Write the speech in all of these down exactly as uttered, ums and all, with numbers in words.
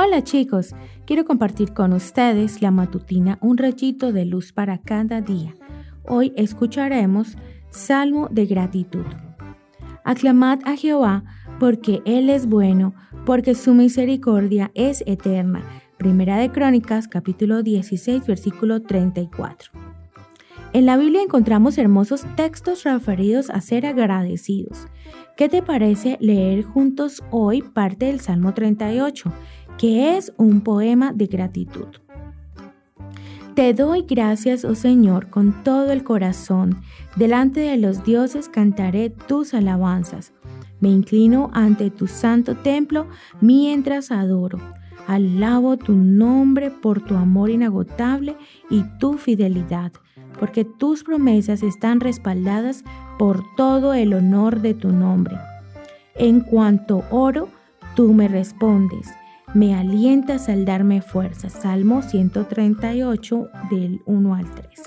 Hola chicos, quiero compartir con ustedes la matutina Un rayito de luz para cada día. Hoy escucharemos Salmo de gratitud. Aclamad a Jehová porque Él es bueno, porque su misericordia es eterna. Primera de Crónicas, capítulo dieciséis, versículo treinta y cuatro. En la Biblia encontramos hermosos textos referidos a ser agradecidos. ¿Qué te parece leer juntos hoy parte del Salmo treinta y ocho, que es un poema de gratitud? Te doy gracias, oh Señor, con todo el corazón. Delante de los dioses cantaré tus alabanzas. Me inclino ante tu santo templo mientras adoro. Alabo tu nombre por tu amor inagotable y tu fidelidad, porque tus promesas están respaldadas por todo el honor de tu nombre. En cuanto oro, tú me respondes. Me alientas al darme fuerza. Salmo ciento treinta y ocho, del uno al tres.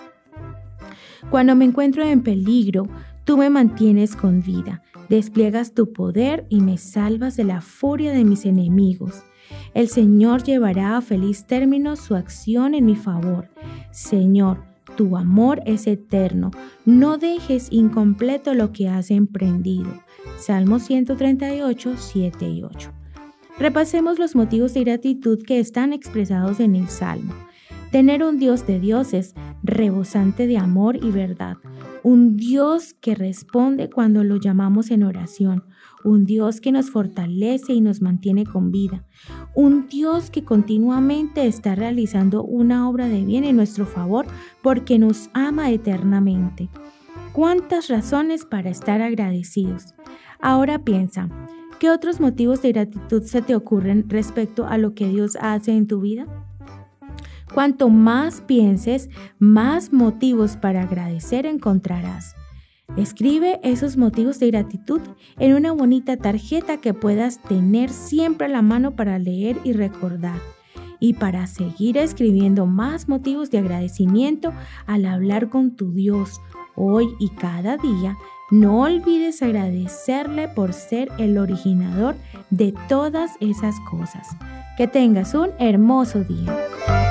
Cuando me encuentro en peligro, tú me mantienes con vida. Despliegas tu poder y me salvas de la furia de mis enemigos. El Señor llevará a feliz término su acción en mi favor. Señor, tu amor es eterno. No dejes incompleto lo que has emprendido. Salmo ciento treinta y ocho, siete y ocho. Repasemos los motivos de gratitud que están expresados en el Salmo. Tener un Dios de dioses, rebosante de amor y verdad. Un Dios que responde cuando lo llamamos en oración. Un Dios que nos fortalece y nos mantiene con vida. Un Dios que continuamente está realizando una obra de bien en nuestro favor porque nos ama eternamente. ¿Cuántas razones para estar agradecidos? Ahora piensa, ¿qué otros motivos de gratitud se te ocurren respecto a lo que Dios hace en tu vida? Cuanto más pienses, más motivos para agradecer encontrarás. Escribe esos motivos de gratitud en una bonita tarjeta que puedas tener siempre a la mano para leer y recordar. Y para seguir escribiendo más motivos de agradecimiento al hablar con tu Dios hoy y cada día, no olvides agradecerle por ser el originador de todas esas cosas. Que tengas un hermoso día.